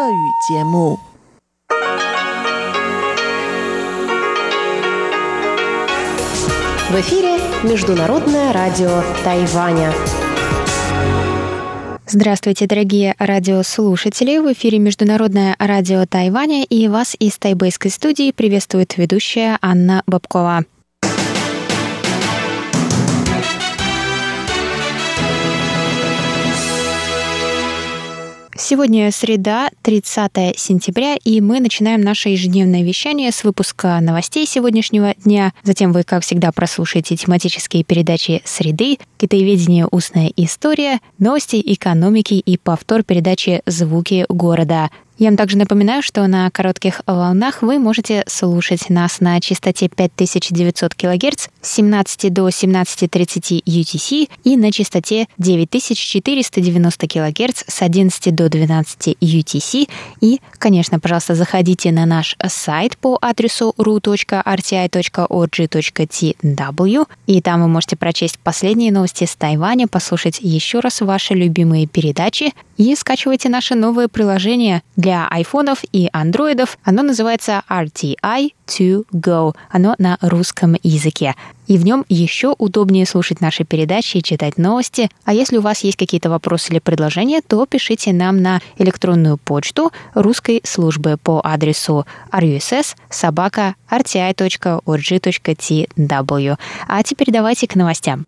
В эфире Международное радио Тайваня. Здравствуйте, дорогие радиослушатели! В эфире Международное радио Тайваня, и вас из тайбэйской студии приветствует ведущая Анна Бабкова. Сегодня среда, 30 сентября, и мы начинаем наше ежедневное вещание с выпуска новостей сегодняшнего дня. Затем вы, как всегда, прослушаете тематические передачи «Среды», «Китаеведение. Устная история», новости экономики и повтор передачи «Звуки города». Я вам также напоминаю, что на коротких волнах вы можете слушать нас на частоте 5900 кГц с 17 до 17:30 UTC и на частоте 9490 кГц с 11 до 12 UTC. И, конечно, пожалуйста, заходите на наш сайт по адресу ru.rti.org.tw, и там вы можете прочесть последние новости с Тайваня, послушать еще раз ваши любимые передачи и скачивайте наше новое приложение для айфонов и андроидов. Оно называется RTI2Go. Оно на русском языке. И в нем еще удобнее слушать наши передачи и читать новости. А если у вас есть какие-то вопросы или предложения, то пишите нам на электронную почту русской службы по адресу russ@rti.org.tw. А теперь давайте к новостям.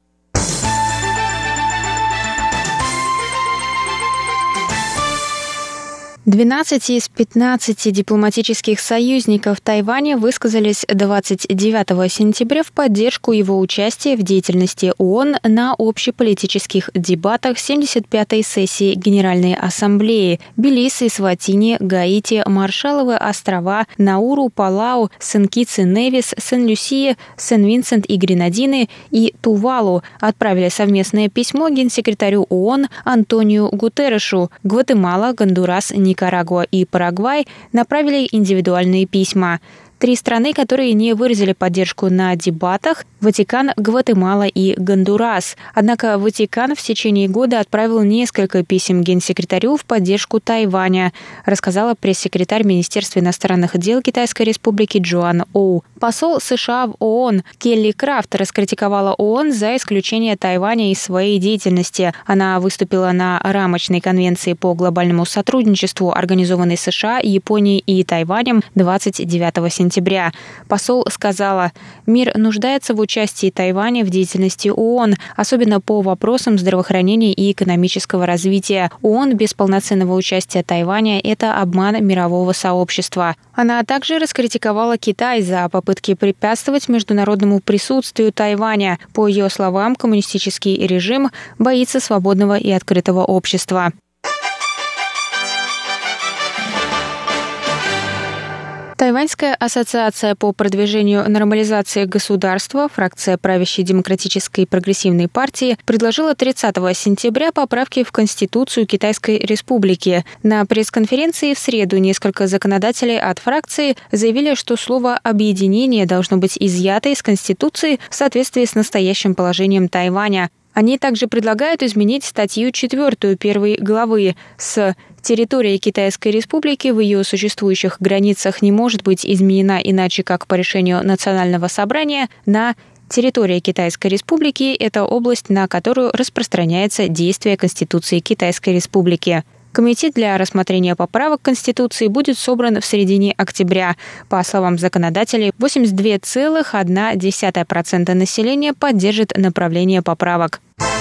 12 из 15 дипломатических союзников Тайваня высказались 29 сентября в поддержку его участия в деятельности ООН на общеполитических дебатах 75-й сессии Генеральной Ассамблеи. Белиз, Эсватини, Гаити, Маршалловы острова, Науру, Палау, Сен-Китс-и-Невис, Сен-Люсия, Сен-Винсент и Гренадины и Тувалу отправили совместное письмо генсекретарю ООН Антониу Гутеррешу. Гватемала, Гондурас, Никарагуа и Парагвай направили индивидуальные письма. 3 страны, которые не выразили поддержку на дебатах – Ватикан, Гватемала и Гондурас. Однако Ватикан в течение года отправил несколько писем генсекретарю в поддержку Тайваня, рассказала пресс-секретарь Министерства иностранных дел Китайской Республики Джоан Оу. Посол США в ООН Келли Крафт раскритиковала ООН за исключение Тайваня из своей деятельности. Она выступила на рамочной конвенции по глобальному сотрудничеству, организованной США, Японией и Тайванем 29 сентября. Посол сказала: «Мир нуждается в участии Тайваня в деятельности ООН, особенно по вопросам здравоохранения и экономического развития. ООН без полноценного участия Тайваня – это обман мирового сообщества». Она также раскритиковала Китай за попытки препятствовать международному присутствию Тайваня. По ее словам, коммунистический режим боится свободного и открытого общества. Тайваньская ассоциация по продвижению нормализации государства, фракция правящей Демократической и прогрессивной партии, предложила 30 сентября поправки в Конституцию Китайской Республики. На пресс-конференции в среду несколько законодателей от фракции заявили, что слово «объединение» должно быть изъято из Конституции в соответствии с настоящим положением Тайваня. Они также предлагают изменить статью 4 1 главы с «Территория Китайской Республики в ее существующих границах не может быть изменена иначе, как по решению Национального собрания» на «Территория Китайской Республики – это область, на которую распространяется действие Конституции Китайской Республики». Комитет для рассмотрения поправок к Конституции будет собран в середине октября. По словам законодателей, 82,1% населения поддержит направление поправок.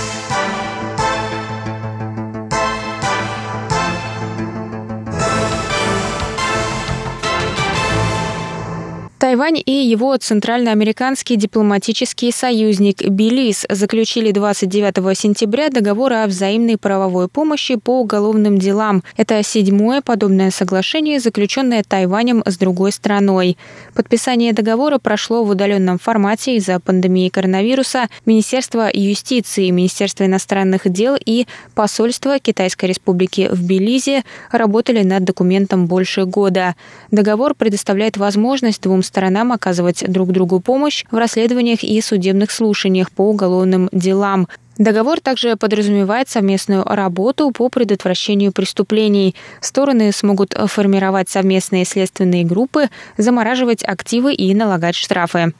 Тайвань и его центральноамериканский дипломатический союзник Белиз заключили 29 сентября договор о взаимной правовой помощи по уголовным делам. Это 7-е подобное соглашение, заключенное Тайванем с другой страной. Подписание договора прошло в удаленном формате из-за пандемии коронавируса. Министерство юстиции, Министерство иностранных дел и посольство Китайской Республики в Белизе работали над документом больше года. Договор предоставляет возможность двум сторонам оказывать друг другу помощь в расследованиях и судебных слушаниях по уголовным делам. Договор также подразумевает совместную работу по предотвращению преступлений. Стороны смогут формировать совместные следственные группы, замораживать активы и налагать штрафы.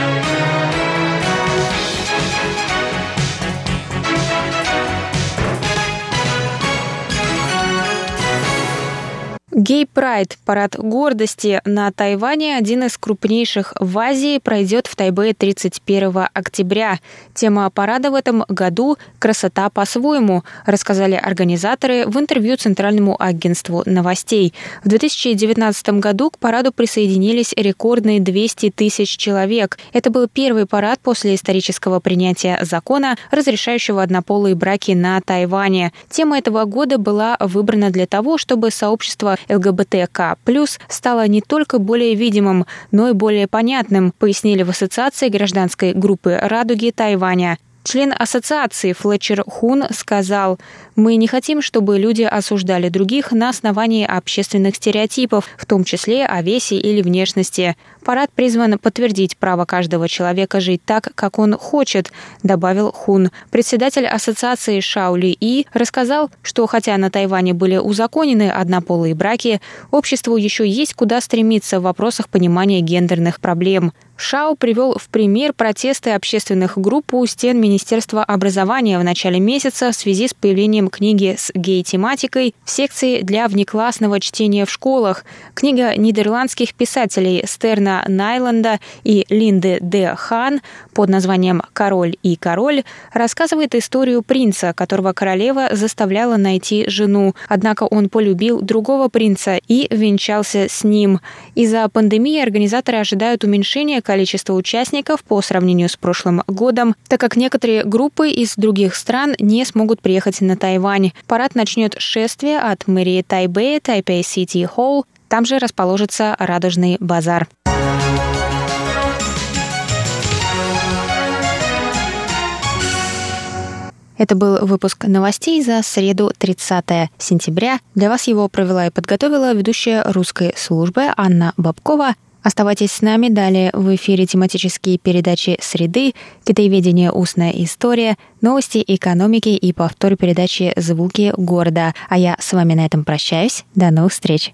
Гей-прайд, парад гордости на Тайване, один из крупнейших в Азии, пройдет в Тайбэе 31 октября. Тема парада в этом году «Красота по-своему», рассказали организаторы в интервью Центральному агентству новостей. В 2019 году к параду присоединились рекордные 200 тысяч человек. Это был первый парад после исторического принятия закона, разрешающего однополые браки на Тайване. Тема этого года была выбрана для того, чтобы сообщество ЛГБТК+ стало не только более видимым, но и более понятным, пояснили в Ассоциации гражданской группы «Радуги» Тайваня. Член ассоциации Флетчер Хун сказал: «Мы не хотим, чтобы люди осуждали других на основании общественных стереотипов, в том числе о весе или внешности. Парад призван подтвердить право каждого человека жить так, как он хочет», добавил Хун. Председатель ассоциации Шао Ли И рассказал, что хотя на Тайване были узаконены однополые браки, обществу еще есть куда стремиться в вопросах понимания гендерных проблем. Шао привел в пример протесты общественных групп у стен Министерства образования в начале месяца в связи с появлением книги с гей-тематикой в секции для внеклассного чтения в школах. Книга нидерландских писателей Стерна Найланда и Линды Д. Хан под названием «Король и король» рассказывает историю принца, которого королева заставляла найти жену. Однако он полюбил другого принца и венчался с ним. Из-за пандемии организаторы ожидают уменьшения количества участников по сравнению с прошлым годом, так как некоторые группы из других стран не смогут приехать на Тайвань. Парад начнет шествие от мэрии Тайбэя, Тайпей Сити Холл. Там же расположится Радужный базар. Это был выпуск новостей за среду, 30 сентября. Для вас его провела и подготовила ведущая русской службы Анна Бабкова. Оставайтесь с нами. Далее в эфире тематические передачи «Среды», «Китаеведение. Устная история», новости экономики и повтор передачи «Звуки города». А я с вами на этом прощаюсь. До новых встреч.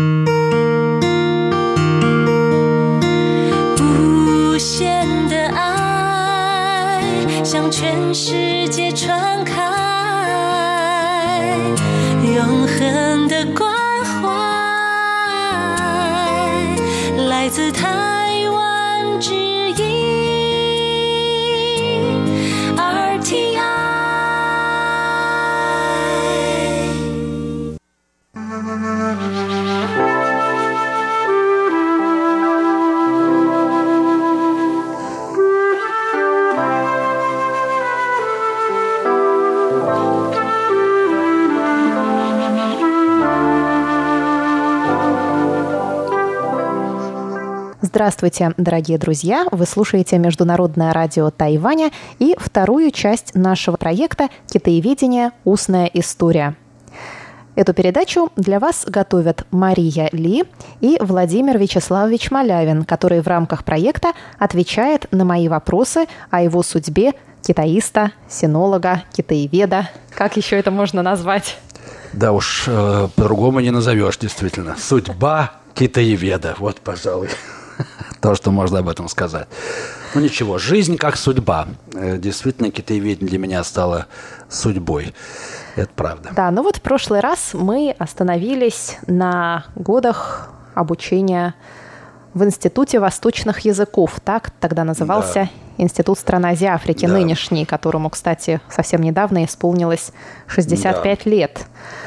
Здравствуйте, дорогие друзья! Вы слушаете Международное радио Тайваня и вторую часть нашего проекта «Китаеведение. Устная история». Эту передачу для вас готовят Мария Ли и Владимир Вячеславович Малявин, который в рамках проекта отвечает на мои вопросы о его судьбе китаиста, синолога, китаеведа. Как еще это можно назвать? Да уж, по-другому не назовешь, действительно. Судьба китаеведа. Вот, пожалуй, то, что можно об этом сказать. Ну ничего, жизнь как судьба. Действительно, китаеведение для меня стало судьбой. Это правда. Да, ну вот в прошлый раз мы остановились на годах обучения в Институте восточных языков. Так тогда назывался Институт стран Азии и Африки, нынешний, которому, кстати, совсем недавно исполнилось 65 лет.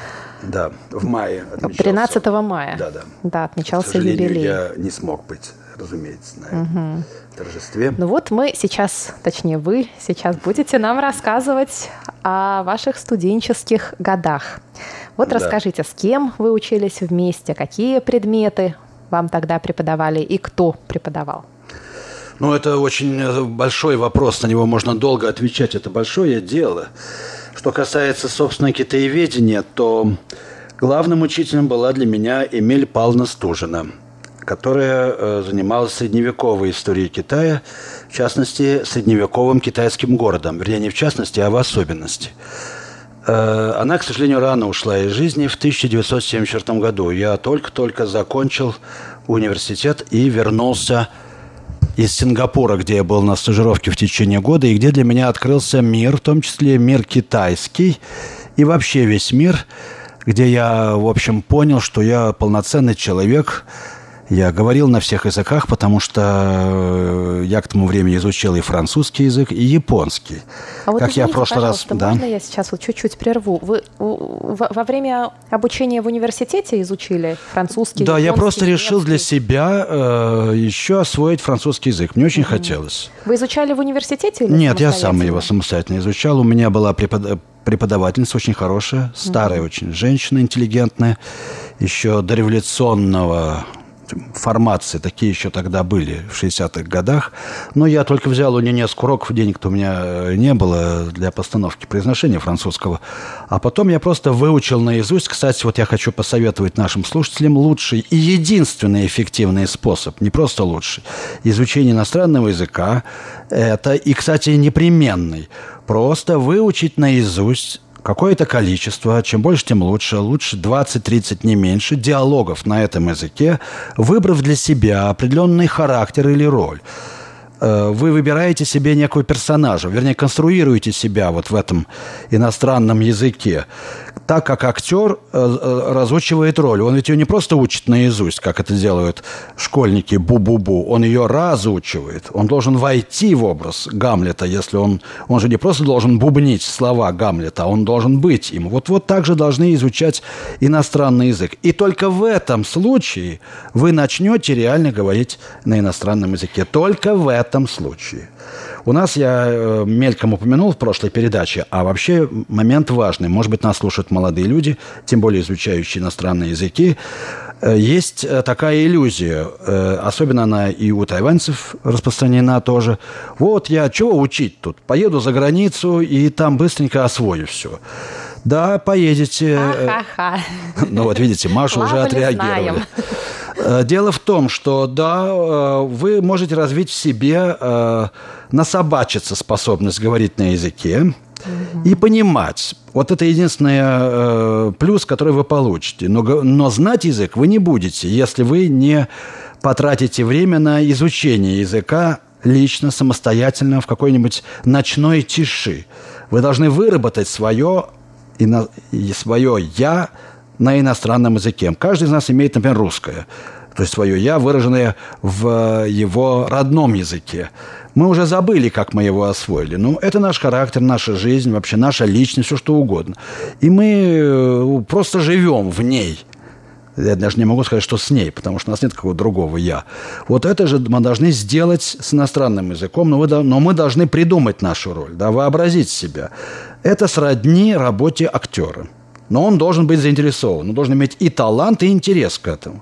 Да, в мае отмечался. 13 мая. Да, отмечался юбилей. К сожалению, я не смог быть, разумеется, на этом торжестве. Ну вот мы сейчас, точнее вы сейчас будете нам рассказывать о ваших студенческих годах. Вот расскажите, с кем вы учились вместе, какие предметы вам тогда преподавали и кто преподавал? Ну, это очень большой вопрос, на него можно долго отвечать, это большое дело. Что касается, собственно, китаеведения, то главным учителем была для меня Эмиль Павловна Стужина, которая занималась средневековой историей Китая, в частности, средневековым китайским городом. Вернее, не в частности, а в особенности. Она, к сожалению, рано ушла из жизни в 1974 году. Я только-только закончил университет и вернулся из Сингапура, где я был на стажировке в течение года, и где для меня открылся мир, в том числе мир китайский, и вообще весь мир, где я, в общем, понял, что я полноценный человек. Я говорил на всех языках, потому что я к тому времени изучил и французский язык, и японский. А вот как извините, я в прошлый раз, да? Можно я сейчас вот чуть-чуть прерву? Вы во время обучения в университете изучили французский, да, японский, я просто решил немецкий? для себя еще освоить французский язык. Мне очень хотелось. Вы изучали в университете или Нет, я сам самостоятельно? его самостоятельно изучал. У меня была преподавательница очень хорошая, старая очень женщина, интеллигентная, еще дореволюционного формации, такие еще тогда были в 60-х годах. Но я только взял у нее несколько уроков, денег-то у меня не было для постановки произношения французского. А потом я просто выучил наизусть. Кстати, вот я хочу посоветовать нашим слушателям лучший и единственный эффективный способ, не просто лучший, изучения иностранного языка. Это, и, кстати, непременный. Просто выучить наизусть какое-то количество, чем больше, тем лучше, лучше 20-30, не меньше, диалогов на этом языке, выбрав для себя определенный характер или роль. Вы выбираете себе некого персонажа, вернее, конструируете себя вот в этом иностранном языке, так как актер разучивает роль. Он ведь ее не просто учит наизусть, как это делают школьники бу-бу-бу, он ее разучивает. Он должен войти в образ Гамлета, если он же не просто должен бубнить слова Гамлета, а он должен быть им. Вот так же должны изучать иностранный язык. И только в этом случае вы начнете реально говорить на иностранном языке. Только в этом случае. У нас, я мельком упомянул в прошлой передаче, а вообще момент важный. Может быть, нас слушают молодые люди, тем более изучающие иностранные языки. Есть такая иллюзия, особенно она и у тайваньцев распространена тоже. Вот я чего учить тут? Поеду за границу и там быстренько освою все. Да, поедете. Ха-ха-ха. Ну вот видите, Маша уже отреагировала. Дело в том, что да, вы можете развить в себе насобачиться способность говорить на языке и понимать. Вот это единственный плюс, который вы получите. Но знать язык вы не будете, если вы не потратите время на изучение языка лично, самостоятельно, в какой-нибудь ночной тиши. Вы должны выработать свое «я» на иностранном языке. Каждый из нас имеет, например, русское. То есть свое «я», выраженное в его родном языке. Мы уже забыли, как мы его освоили. Ну, это наш характер, наша жизнь, вообще наша личность, все что угодно. И мы просто живем в ней. Я даже не могу сказать, что с ней, потому что у нас нет какого-то другого «я». Вот это же мы должны сделать с иностранным языком, но мы должны придумать нашу роль, да, вообразить себя. Это сродни работе актера. Но он должен быть заинтересован, он должен иметь и талант, и интерес к этому.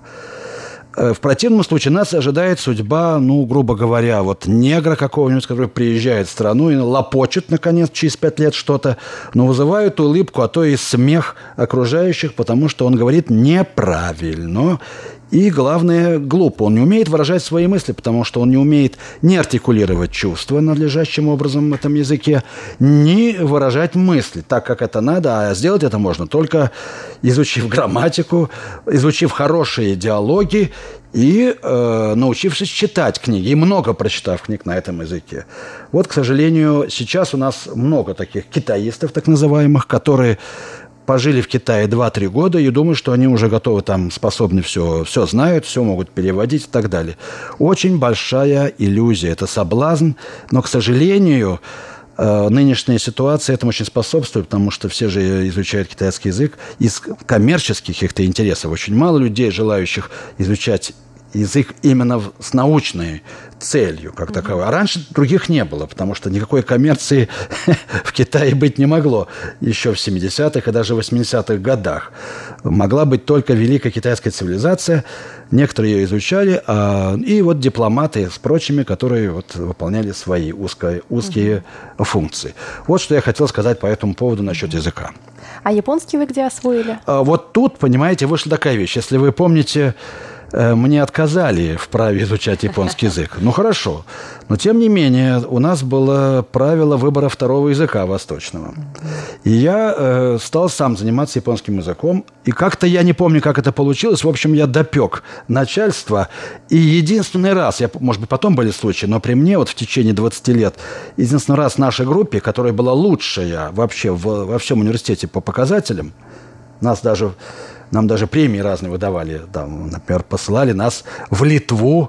В противном случае нас ожидает судьба, грубо говоря, вот негра какого-нибудь, который приезжает в страну и лопочет, наконец, через 5 лет что-то, но вызывает улыбку, а то и смех окружающих, потому что он говорит неправильно. И, главное, глупо. Он не умеет выражать свои мысли, потому что он не умеет ни артикулировать чувства надлежащим образом в этом языке, ни выражать мысли так, как это надо. А сделать это можно только изучив грамматику, изучив хорошие диалоги и научившись читать книги, и много прочитав книг на этом языке. Вот, к сожалению, сейчас у нас много таких китаистов, так называемых, которые пожили в Китае 2-3 года и думают, что они уже готовы, там, способны все знают, все могут переводить и так далее. Очень большая иллюзия, это соблазн, но, к сожалению, нынешняя ситуация этому очень способствует, потому что все же изучают китайский язык из коммерческих каких-то интересов. Очень мало людей, желающих изучать язык именно с научной целью, как таковой. А раньше других не было, потому что никакой коммерции в Китае быть не могло еще в 70-х и даже 80-х годах. Могла быть только великая китайская цивилизация. Некоторые ее изучали, и вот дипломаты с прочими, которые вот выполняли свои узкие функции. Вот что я хотел сказать по этому поводу насчет языка. А японский вы где освоили? Вот тут, понимаете, вышла такая вещь. Если вы помните, мне отказали в праве изучать японский язык. Ну, хорошо. Но, тем не менее, у нас было правило выбора второго языка восточного. И я стал сам заниматься японским языком. И как-то я не помню, как это получилось. В общем, я допек начальство. И единственный раз, может быть, потом были случаи, но при мне вот в течение 20 лет, единственный раз в нашей группе, которая была лучшая вообще во всем университете по показателям, нам даже премии разные выдавали. Там, например, посылали нас в Литву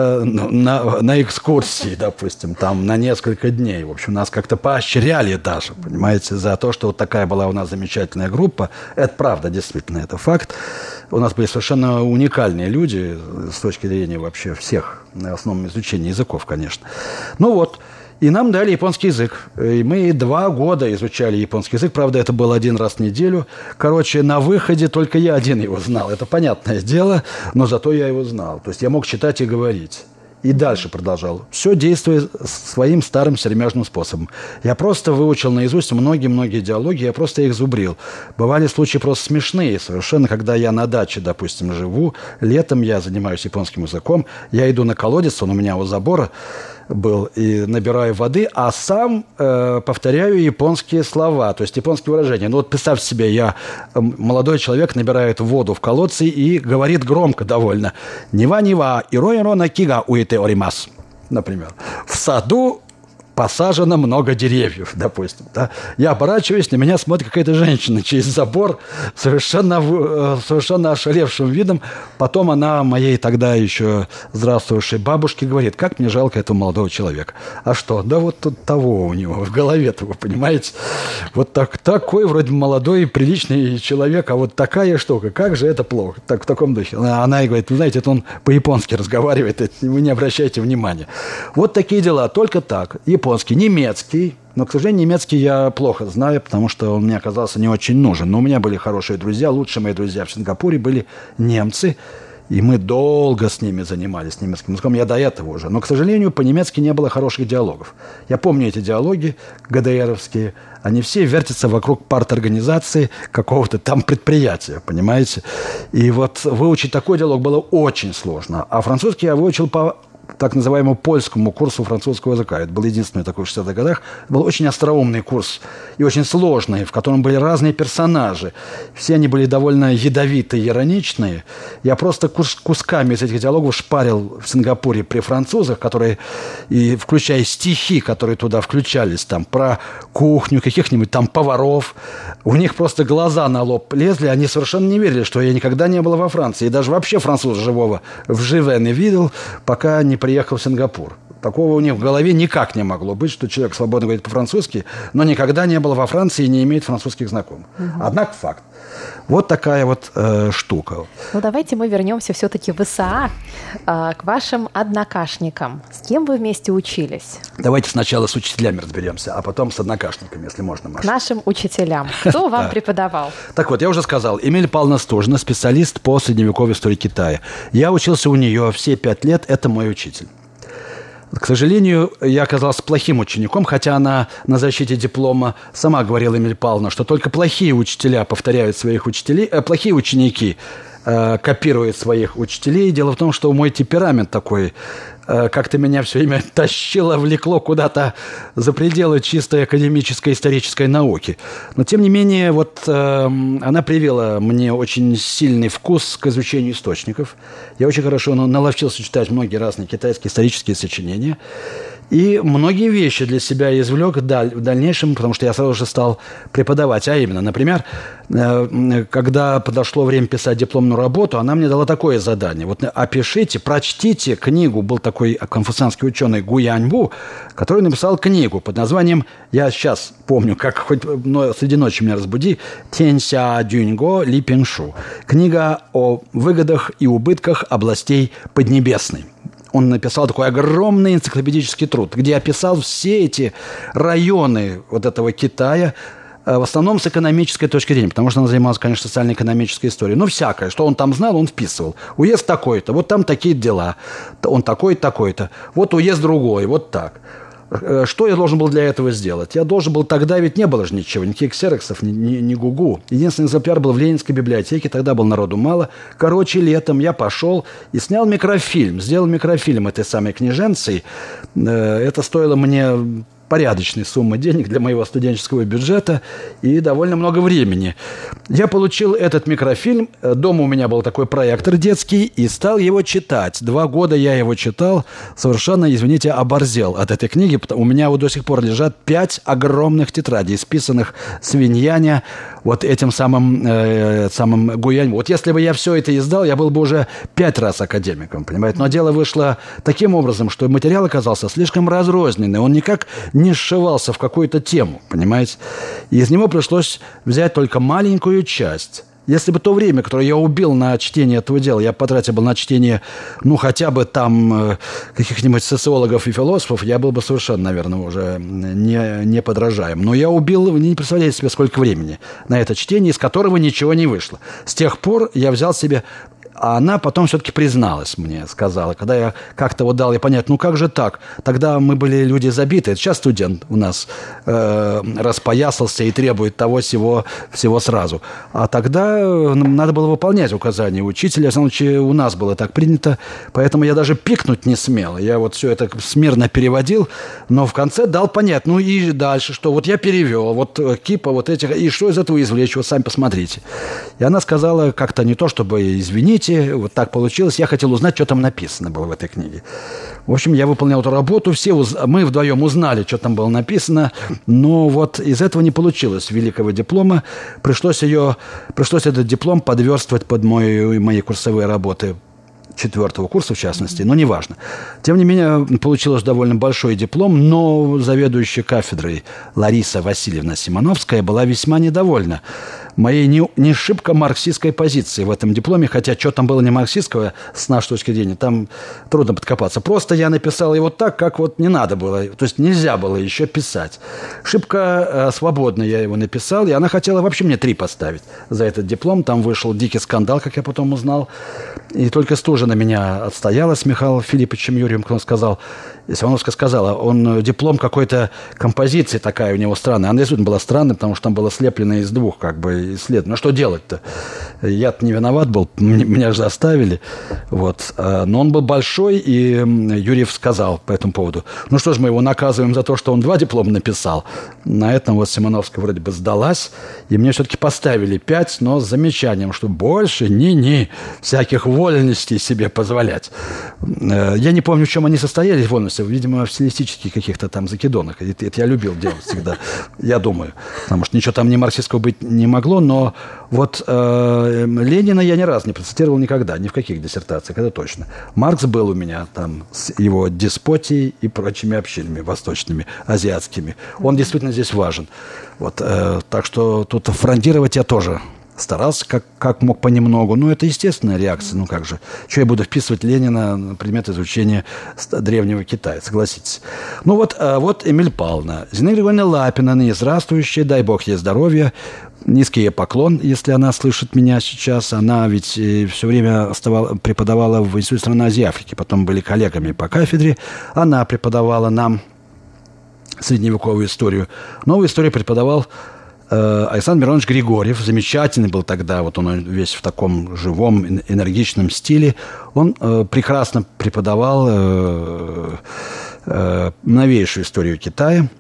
на экскурсии, допустим, там на несколько дней. В общем, нас как-то поощряли даже, понимаете, за то, что вот такая была у нас замечательная группа. Это правда, действительно, это факт. У нас были совершенно уникальные люди с точки зрения вообще всех, на основном изучения языков, конечно. Ну вот. И нам дали японский язык. И мы 2 года изучали японский язык. Правда, это было 1 раз в неделю. Короче, на выходе только я один его знал. Это понятное дело, но зато я его знал. То есть я мог читать и говорить. И дальше продолжал. Все действуя своим старым сермяжным способом. Я просто выучил наизусть многие-многие диалоги, я просто их зубрил. Бывали случаи просто смешные совершенно, когда я на даче, допустим, живу, летом я занимаюсь японским языком, я иду на колодец, он у меня у забора был, и набираю воды, а сам повторяю японские слова, то есть японские выражения. Ну вот представьте себе, молодой человек набирает воду в колодце и говорит громко довольно. «Нива-нива, иро-иро на кига уэте оримас». Например. В саду посажено много деревьев, допустим. Да? Я оборачиваюсь, на меня смотрит какая-то женщина через забор, совершенно ошалевшим видом. Потом она моей тогда еще здравствующей бабушке говорит, как мне жалко этого молодого человека. А что? Да вот тут того у него в голове-то, вы понимаете? Вот такой вроде молодой, приличный человек, а вот такая штука, как же это плохо? Так, в таком духе. Она и говорит, вы знаете, это он по-японски разговаривает, вы не обращайте внимания. Вот такие дела, только так. Японский, немецкий. Но, к сожалению, немецкий я плохо знаю, потому что он мне оказался не очень нужен. Но у меня были хорошие друзья. Лучшие мои друзья в Сингапуре были немцы. И мы долго с ними занимались немецким языком. Я до этого уже. Но, к сожалению, по-немецки не было хороших диалогов. Я помню эти диалоги ГДРовские. Они все вертятся вокруг парторганизации какого-то там предприятия, понимаете? И вот выучить такой диалог было очень сложно. А французский я выучил по так называемому польскому курсу французского языка. Это был единственный такой в 60-х годах. Это был очень остроумный курс и очень сложный, в котором были разные персонажи. Все они были довольно ядовитые, ироничные. Я просто кусками из этих диалогов шпарил в Сингапуре при французах, которые, и включая стихи, которые туда включались, там, про кухню, каких-нибудь там поваров. У них просто глаза на лоб лезли, они совершенно не верили, что я никогда не был во Франции. И даже вообще француза живого вживую не видел, пока не приехал в Сингапур. Такого у них в голове никак не могло быть, что человек свободно говорит по-французски, но никогда не был во Франции и не имеет французских знакомых. Однако факт. Вот такая вот штука. Ну, давайте мы вернемся все-таки в ИСА, к вашим однокашникам. С кем вы вместе учились? Давайте сначала с учителями разберемся, а потом с однокашниками, если можно, Маша. К нашим учителям. Кто вам преподавал? Так вот, я уже сказал, Эмилия Павловна Стужина, специалист по средневековой истории Китая. Я учился у нее все 5 лет, это мой учитель. К сожалению, я оказался плохим учеником, хотя она на защите диплома сама говорила, Эмилия Павловна, что только плохие учителя повторяют своих учителей, плохие ученики копируют своих учителей. Дело в том, что мой темперамент такой, как-то меня все время тащило, влекло куда-то за пределы чистой академической исторической науки. Но, тем не менее, вот она привила мне очень сильный вкус к изучению источников. Я очень хорошо наловчился читать многие разные китайские исторические сочинения. И многие вещи для себя извлек в дальнейшем, потому что я сразу же стал преподавать. А именно, например, когда подошло время писать дипломную работу, она мне дала такое задание. Вот опишите, прочтите книгу. Был такой конфуцианский ученый Гу Яньбу, который написал книгу под названием, я сейчас помню, как хоть среди ночи меня разбуди, «Тянься дюньго ли пиншу». Книга о выгодах и убытках областей Поднебесной. Он написал такой огромный энциклопедический труд, где описал все эти районы вот этого Китая, в основном с экономической точки зрения, потому что она занималась, конечно, социально-экономической историей. Ну, всякое, что он там знал, он вписывал. Уезд такой-то, вот там такие дела, он такой-то, такой-то. Вот уезд другой, вот так. что я должен был для этого сделать? Я должен был, тогда ведь не было же ничего, никаких ксероксов, ни гугу. Единственный экземпляр был в Ленинской библиотеке, тогда было народу мало. Короче, летом я пошел и снял микрофильм, сделал микрофильм этой самой книженции. Это стоило мне порядочной суммы денег для моего студенческого бюджета и довольно много времени. Я получил этот микрофильм. Дома у меня был такой проектор детский и стал его читать. 2 года я его читал. Совершенно, извините, оборзел от этой книги. У меня вот до сих пор лежат 5 огромных тетрадей, исписанных с Виньяня вот этим самым Гуянь. Вот если бы я все это издал, я был бы уже 5 раз академиком, понимаете? Но дело вышло таким образом, что материал оказался слишком разрозненный. Он никак не сшивался в какую-то тему, понимаете? И из него пришлось взять только маленькую часть. Если бы то время, которое я убил на чтение этого дела, я потратил бы на чтение, хотя бы там каких-нибудь социологов и философов, я был бы совершенно, наверное, уже не подражаем. Но я убил, вы не представляете себе, сколько времени на это чтение, из которого ничего не вышло. С тех пор я взял себе... А она потом все-таки призналась мне, сказала, когда я как-то дал ей понять, как же так? Тогда мы были люди забитые. Сейчас студент у нас распоясался и требует того-сего сразу. А тогда надо было выполнять указания учителя. В самом случае у нас было так принято, поэтому я даже пикнуть не смел. Я все это смирно переводил, но в конце дал понять, и дальше, что я перевел, кипа этих, и что из этого извлечь, сами посмотрите. И она сказала как-то не то, чтобы извините, вот так получилось. Я хотел узнать, что там написано было в этой книге. В общем, я выполнял эту работу. Мы вдвоем узнали, что там было написано. Но из этого не получилось великого диплома. Пришлось этот диплом подверстывать под мои курсовые работы 4-го курса, в частности, но неважно. Тем не менее, получилось довольно большой диплом, но заведующая кафедрой Лариса Васильевна Симоновская была весьма недовольна моей не шибко марксистской позиции в этом дипломе, хотя что там было не марксистского с нашей точки зрения, там трудно подкопаться. Просто я написал его так, как не надо было, то есть нельзя было еще писать. Шибко свободно я его написал, и она хотела вообще мне 3 поставить за этот диплом. Там вышел дикий скандал, как я потом узнал, и только Стужина меня отстояла с Михаилом Филипповичем Юрьевым, кто сказал, Симоновская сказала, он диплом какой-то композиции такая у него странная. Она действительно была странной, потому что там было слеплено из 2 исследований. Что делать-то? Я-то не виноват был, меня же заставили. Но он был большой, и Юрьев сказал по этому поводу, что ж, мы его наказываем за то, что он 2 диплома написал. На этом Симоновская вроде бы сдалась, и мне все-таки поставили 5, но с замечанием, что больше всяких вольностей себе позволять. Я не помню, в чем они состояли, вольности. Видимо, в стилистических каких-то там закидонах. Это я любил делать всегда, я думаю. Потому что ничего там не марксистского быть не могло, но Ленина я ни разу не процитировал никогда, ни в каких диссертациях, это точно. Маркс был у меня там с его деспотией и прочими общинами восточными, азиатскими. Он действительно здесь важен. Так что тут фрондировать я тоже старался, как мог понемногу. Это естественная реакция. Как же? Что я буду вписывать Ленина на предмет изучения древнего Китая, согласитесь. Эмиль Павловна. Зинаида Григорьевна Лапина, ныне здравствующая, дай бог ей здоровья. Низкий ей поклон, если она слышит меня сейчас. Она ведь все время преподавала в Институте стран Азии и Африки. Потом были коллегами по кафедре. Она преподавала нам средневековую историю. Новую историю преподавал Александр Миронович Григорьев, замечательный был тогда, он весь в таком живом, энергичном стиле. Он прекрасно преподавал новейшую историю Китая.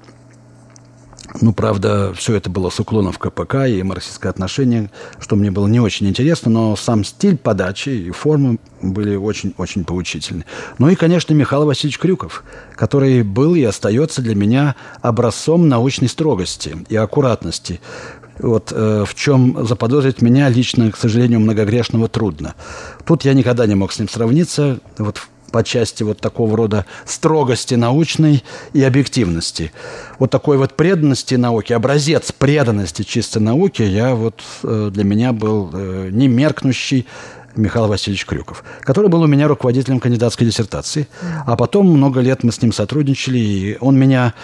Правда, все это было с уклоном в КПК и марксистское отношение, что мне было не очень интересно, но сам стиль подачи и формы были очень-очень поучительны. И, конечно, Михаил Васильевич Крюков, который был и остается для меня образцом научной строгости и аккуратности. В чем заподозрить меня лично, к сожалению, многогрешного трудно. Тут я никогда не мог с ним сравниться, по части такого рода строгости научной и объективности. Такой преданности науке, образец преданности чистой науке для меня был немеркнущий Михаил Васильевич Крюков, который был у меня руководителем кандидатской диссертации. А потом много лет мы с ним сотрудничали, и он меня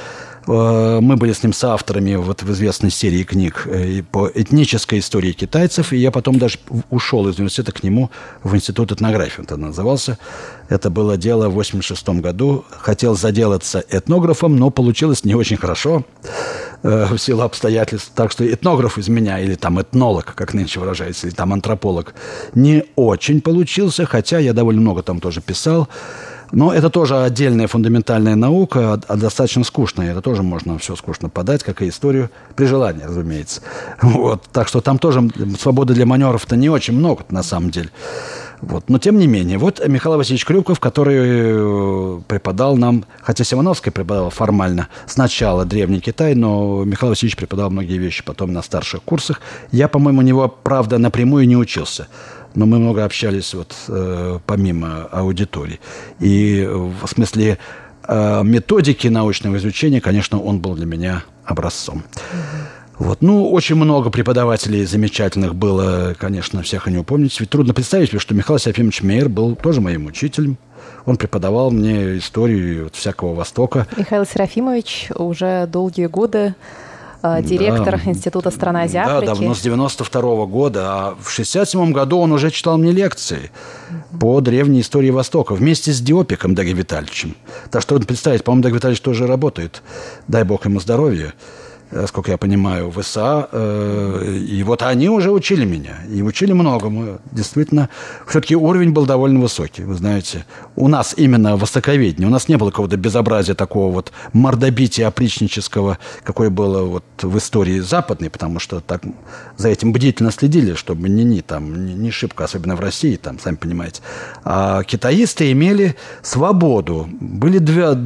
Мы были с ним соавторами вот в известной серии книг по этнической истории китайцев, и я потом даже ушел из университета к нему в институт этнографии, он тогда назывался. Это было дело в 1986 году. Хотел заделаться этнографом, но получилось не очень хорошо в силу обстоятельств. Так что этнограф из меня, или там этнолог, как нынче выражается, или там антрополог, не очень получился, хотя я довольно много там тоже писал. Но это тоже отдельная фундаментальная наука, а достаточно скучная. Это тоже можно все скучно подать, как и историю, при желании, разумеется. Вот. Так что там тоже свободы для маневров-то не очень много, на самом деле. Вот. Но тем не менее, вот Михаил Васильевич Крюков, который преподал нам, хотя Симоновская преподавала формально сначала Древний Китай, но Михаил Васильевич преподавал многие вещи потом на старших курсах. Я, по-моему, у него, правда, напрямую не учился. Но мы много общались вот, помимо аудитории. И в смысле методики научного изучения, конечно, он был для меня образцом. Вот. Ну, очень много преподавателей замечательных было, конечно, всех и не упомнить. Ведь трудно представить себе, что Михаил Серафимович Мейер был тоже моим учителем. Он преподавал мне историю вот, всякого Востока. Михаил Серафимович уже долгие годы директор Института стран Азии и Африки. Да, давно, с 92 года. А в 67 году он уже читал мне лекции по древней истории Востока вместе с Диопиком Даги Витальевичем. Так что трудно представить, по-моему, Даги Витальевич тоже работает. Дай бог ему здоровья. Сколько я понимаю, в ИСА. И вот они уже учили меня. И учили многому. Действительно, все-таки уровень был довольно высокий. Вы знаете, у нас именно востоковедение. У нас не было какого-то безобразия такого вот мордобития опричнического, какое было вот в истории западной, потому что так за этим бдительно следили, чтобы не шибко, особенно в России, там, сами понимаете. А китаисты имели свободу. Были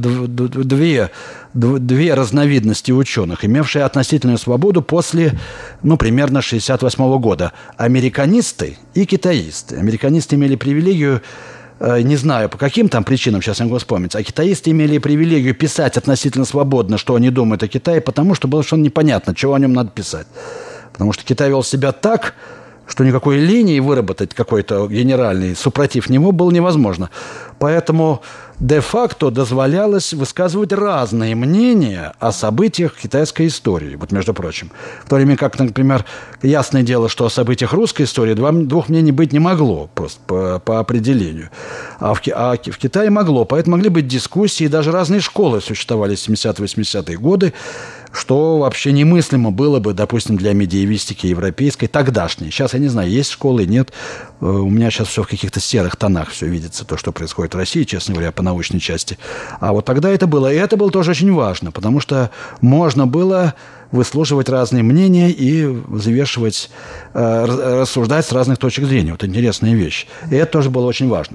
две разновидности ученых, имевшие относительную свободу после, примерно 1968 года. Американисты и китаисты. Американисты имели привилегию, не знаю, по каким там причинам, сейчас не могу вспомнить, а китаисты имели привилегию писать относительно свободно, что они думают о Китае, потому что было совершенно непонятно, чего о нем надо писать. Потому что Китай вел себя так, что никакой линии выработать какой-то генеральный супротив него было невозможно. Поэтому де-факто дозволялось высказывать разные мнения о событиях китайской истории, вот между прочим. В то время как, например, ясное дело, что о событиях русской истории двух мнений быть не могло, просто по определению. А в Китае могло, поэтому могли быть дискуссии, даже разные школы существовали в 70-80-е годы, что вообще немыслимо было бы, допустим, для медиевистики европейской, тогдашней. Сейчас я не знаю, есть школы, нет. У меня сейчас все в каких-то серых тонах все видится, то, что происходит в России, честно говоря, по научной части. А вот тогда это было. И это было тоже очень важно, потому что можно было выслушивать разные мнения и взвешивать, рассуждать с разных точек зрения. Вот интересная вещь. И это тоже было очень важно.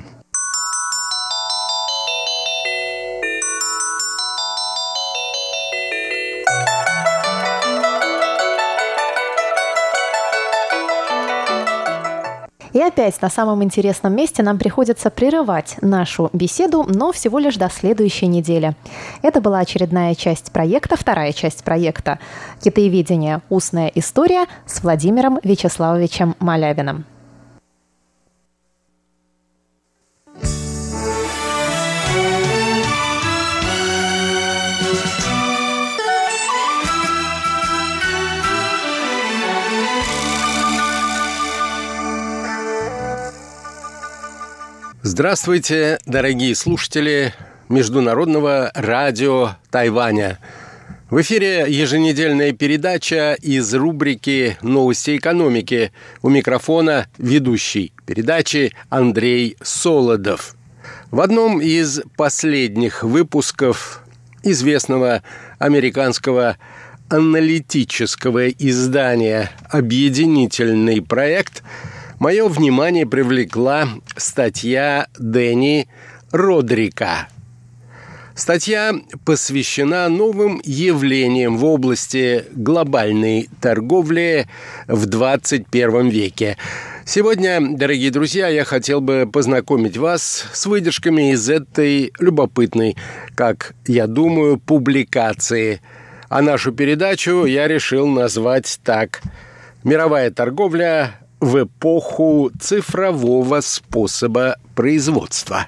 И опять на самом интересном месте нам приходится прерывать нашу беседу, но всего лишь до следующей недели. Это была очередная часть проекта, вторая часть проекта «Китаеведение. Устная история» с Владимиром Вячеславовичем Малявиным. Здравствуйте, дорогие слушатели Международного радио Тайваня. В эфире еженедельная передача из рубрики «Новости экономики». У микрофона ведущий передачи Андрей Солодов. В одном из последних выпусков известного американского аналитического издания «Объединительный проект» мое внимание привлекла статья Дэнни Родрика. Статья посвящена новым явлениям в области глобальной торговли в 21 веке. Сегодня, дорогие друзья, я хотел бы познакомить вас с выдержками из этой любопытной, как я думаю, публикации. А нашу передачу я решил назвать так: «Мировая торговля в эпоху цифрового способа производства».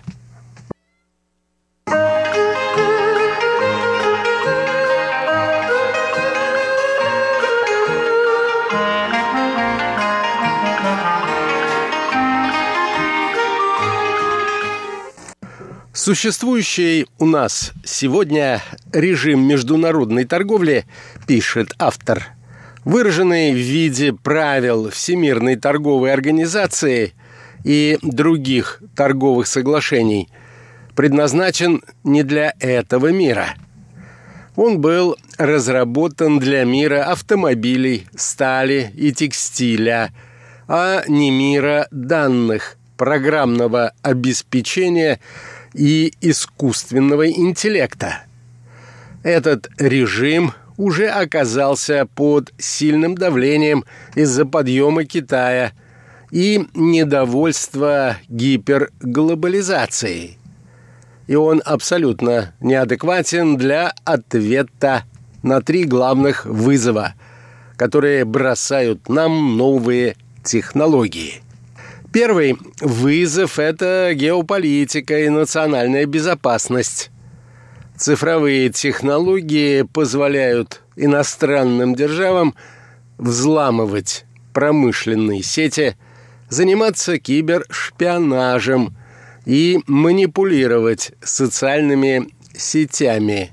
Существующий у нас сегодня режим международной торговли, пишет автор, выраженный в виде правил Всемирной торговой организации и других торговых соглашений, предназначен не для этого мира. Он был разработан для мира автомобилей, стали и текстиля, а не мира данных, программного обеспечения и искусственного интеллекта. Этот режим уже оказался под сильным давлением из-за подъема Китая и недовольства гиперглобализацией. И он абсолютно неадекватен для ответа на 3 главных вызова, которые бросают нам новые технологии. Первый вызов – это геополитика и национальная безопасность. Цифровые технологии позволяют иностранным державам взламывать промышленные сети, заниматься кибершпионажем и манипулировать социальными сетями.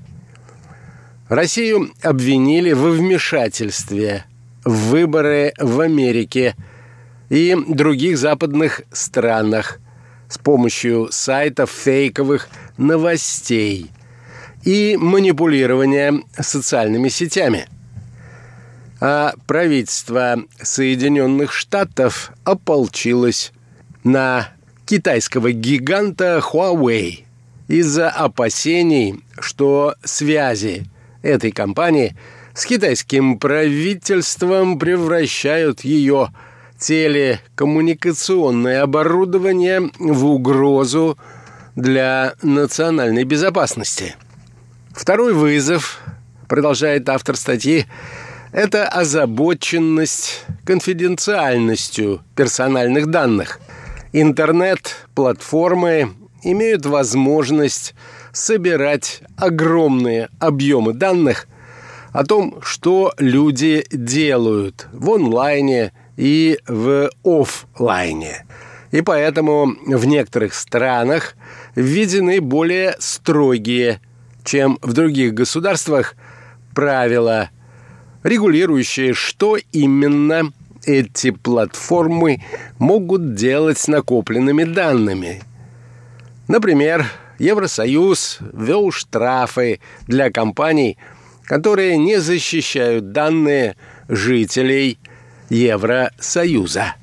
Россию обвинили во вмешательстве в выборы в Америке и других западных странах с помощью сайтов фейковых новостей и манипулирования социальными сетями. А правительство Соединенных Штатов ополчилось на китайского гиганта Huawei из-за опасений, что связи этой компании с китайским правительством превращают ее телекоммуникационное оборудование в угрозу для национальной безопасности. Второй вызов, продолжает автор статьи, это озабоченность конфиденциальностью персональных данных. Интернет-платформы имеют возможность собирать огромные объемы данных о том, что люди делают в онлайне и в офлайне. И поэтому в некоторых странах введены более строгие, чем в других государствах, правила, регулирующие, что именно эти платформы могут делать с накопленными данными. Например, Евросоюз ввел штрафы для компаний, которые не защищают данные жителей Евросоюза.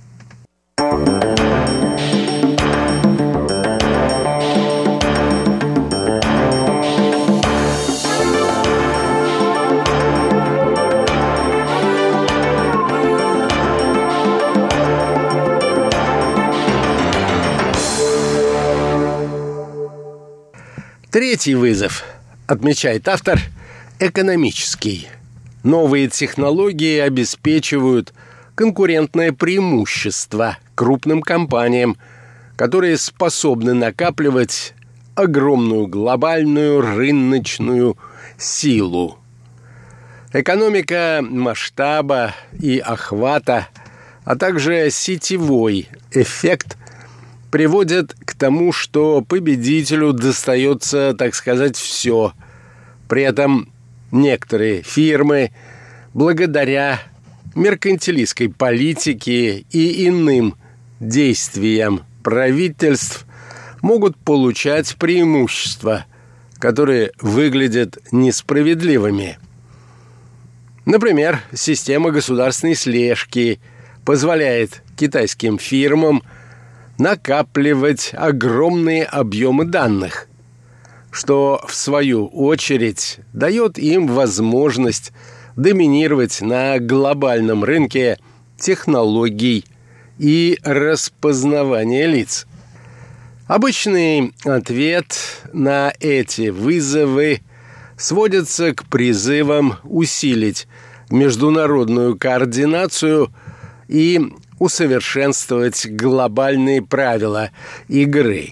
Третий вызов, отмечает автор, экономический. Новые технологии обеспечивают конкурентное преимущество крупным компаниям, которые способны накапливать огромную глобальную рыночную силу. Экономика масштаба и охвата, а также сетевой эффект приводят к тому, что победителю достается, так сказать, все. При этом некоторые фирмы, благодаря меркантилистской политике и иным действиям правительств, могут получать преимущества, которые выглядят несправедливыми. Например, система государственной слежки позволяет китайским фирмам накапливать огромные объемы данных, что, в свою очередь, дает им возможность доминировать на глобальном рынке технологий и распознавания лиц. Обычный ответ на эти вызовы сводится к призывам усилить международную координацию и усовершенствовать глобальные правила игры.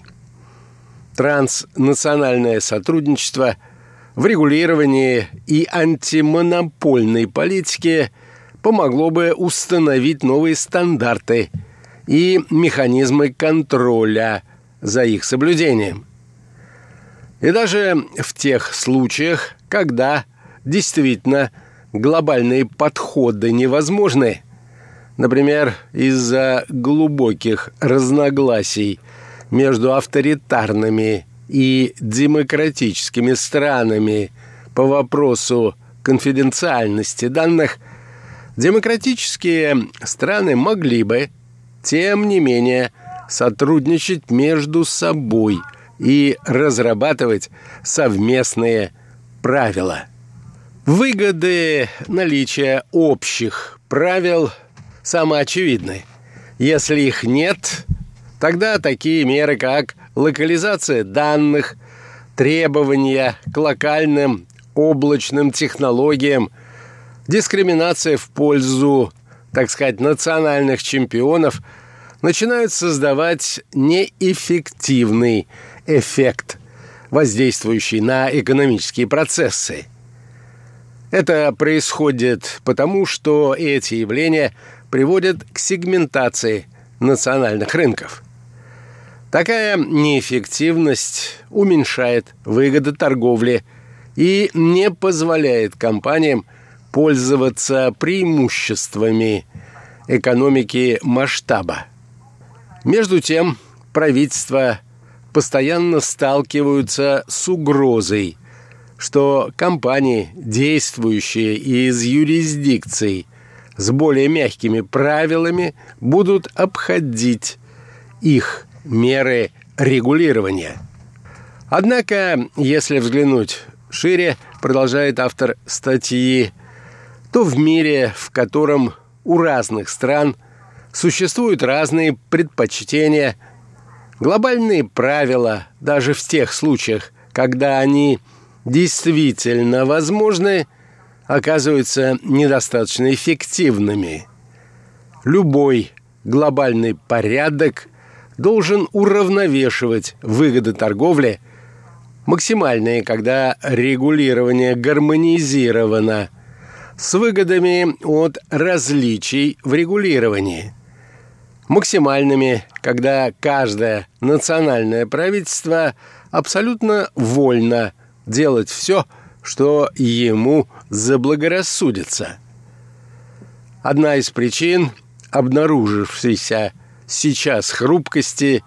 Транснациональное сотрудничество в регулировании и антимонопольной политике помогло бы установить новые стандарты и механизмы контроля за их соблюдением. И даже в тех случаях, когда действительно глобальные подходы невозможны, например, из-за глубоких разногласий между авторитарными и демократическими странами по вопросу конфиденциальности данных, демократические страны могли бы, тем не менее, сотрудничать между собой и разрабатывать совместные правила. Выгоды наличия общих правил самоочевидны. Если их нет, тогда такие меры, как локализация данных, требования к локальным облачным технологиям, дискриминация в пользу, так сказать, национальных чемпионов, начинают создавать неэффективный эффект, воздействующий на экономические процессы. Это происходит потому, что эти явления приводят к сегментации национальных рынков. Такая неэффективность уменьшает выгоды торговли и не позволяет компаниям пользоваться преимуществами экономики масштаба. Между тем, правительства постоянно сталкиваются с угрозой, что компании, действующие из юрисдикций с более мягкими правилами, будут обходить их меры регулирования. Однако, если взглянуть шире, продолжает автор статьи, то в мире, в котором у разных стран существуют разные предпочтения, глобальные правила, даже в тех случаях, когда они действительно возможны, оказываются недостаточно эффективными. Любой глобальный порядок должен уравновешивать выгоды торговли, максимальные, когда регулирование гармонизировано, с выгодами от различий в регулировании, максимальными, когда каждое национальное правительство абсолютно вольно делать все, что ему заблагорассудится. Одна из причин обнаружившейся сейчас хрупкости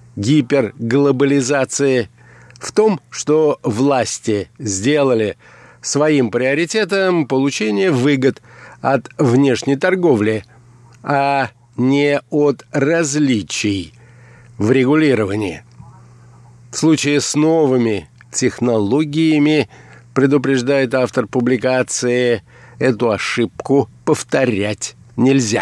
гиперглобализации в том, что власти сделали своим приоритетом получение выгод от внешней торговли, а не от различий в регулировании. В случае с новыми технологиями, предупреждает автор публикации, эту ошибку повторять нельзя.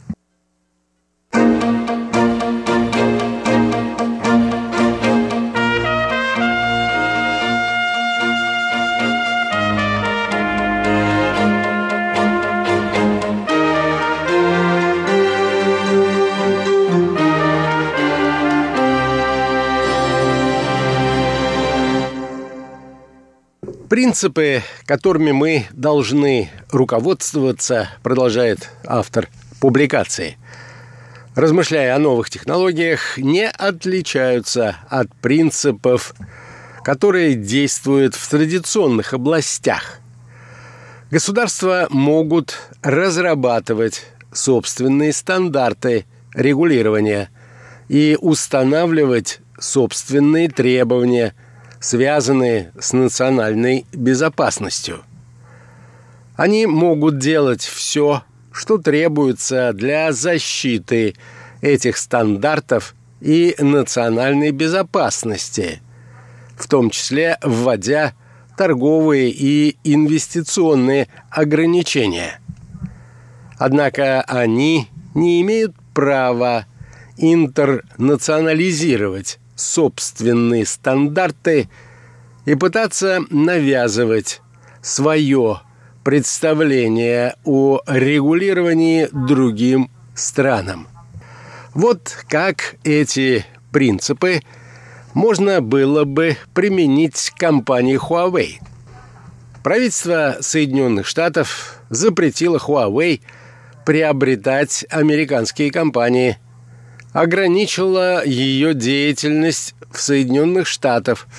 Принципы, которыми мы должны руководствоваться, продолжает автор публикации, размышляя о новых технологиях, не отличаются от принципов, которые действуют в традиционных областях. Государства могут разрабатывать собственные стандарты регулирования и устанавливать собственные требования, связанные с национальной безопасностью. Они могут делать все, что требуется для защиты этих стандартов и национальной безопасности, в том числе вводя торговые и инвестиционные ограничения. Однако они не имеют права интернационализировать собственные стандарты и пытаться навязывать свое представление о регулировании другим странам. Вот как эти принципы можно было бы применить к компании Huawei. Правительство Соединенных Штатов запретило Huawei приобретать американские компании, ограничила ее деятельность в Соединенных Штатах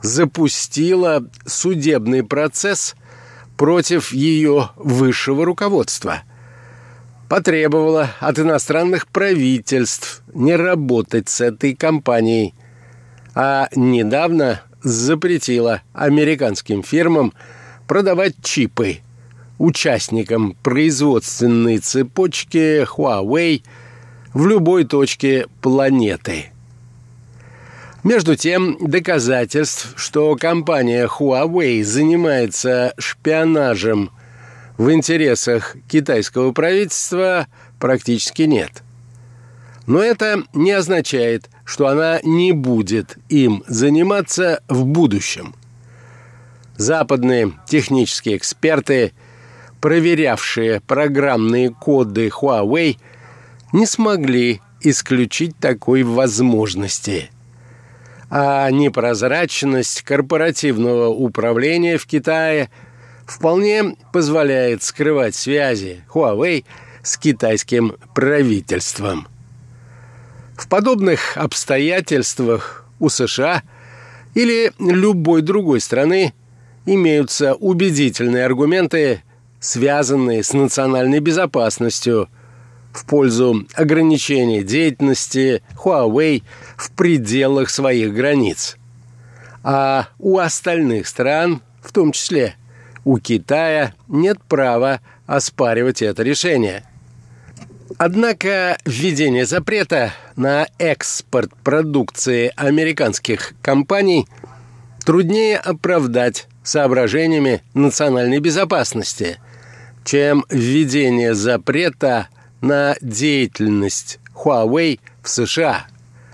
запустила судебный процесс против ее высшего руководства. Потребовала от иностранных правительств не работать с этой компанией, а недавно запретила американским фирмам продавать чипы участникам производственной цепочки Huawei в любой точке планеты. Между тем, доказательств, что компания Huawei занимается шпионажем в интересах китайского правительства, практически нет. Но это не означает, что она не будет им заниматься в будущем. Западные технические эксперты, проверявшие программные коды Huawei, не смогли исключить такой возможности. А непрозрачность корпоративного управления в Китае вполне позволяет скрывать связи Huawei с китайским правительством. В подобных обстоятельствах у США или любой другой страны имеются убедительные аргументы, связанные с национальной безопасностью, в пользу ограничения деятельности Huawei в пределах своих границ. А у остальных стран, в том числе у Китая, нет права оспаривать это решение. Однако введение запрета на экспорт продукции американских компаний труднее оправдать соображениями национальной безопасности, чем введение запрета на деятельность Huawei в США.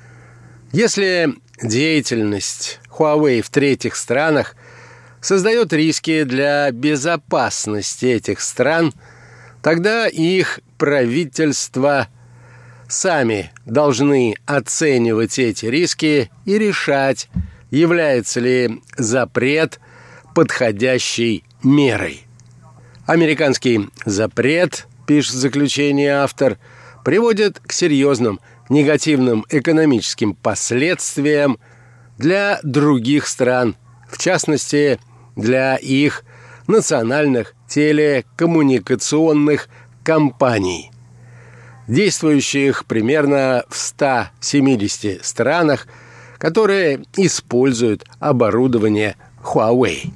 Если деятельность Huawei в третьих странах создает риски для безопасности этих стран, тогда их правительства сами должны оценивать эти риски и решать, является ли запрет подходящей мерой. Американский запрет, пишет в заключении автор, приводит к серьезным негативным экономическим последствиям для других стран, в частности, для их национальных телекоммуникационных компаний, действующих примерно в 170 странах, которые используют оборудование Huawei.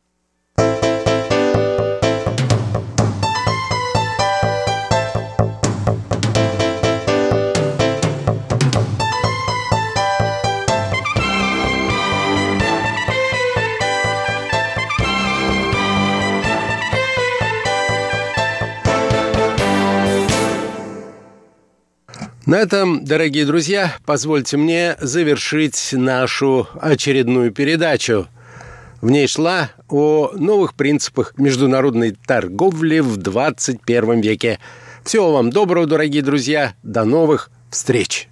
На этом, дорогие друзья, позвольте мне завершить нашу очередную передачу. В ней шла о новых принципах международной торговли в 21 веке. Всего вам доброго, дорогие друзья. До новых встреч!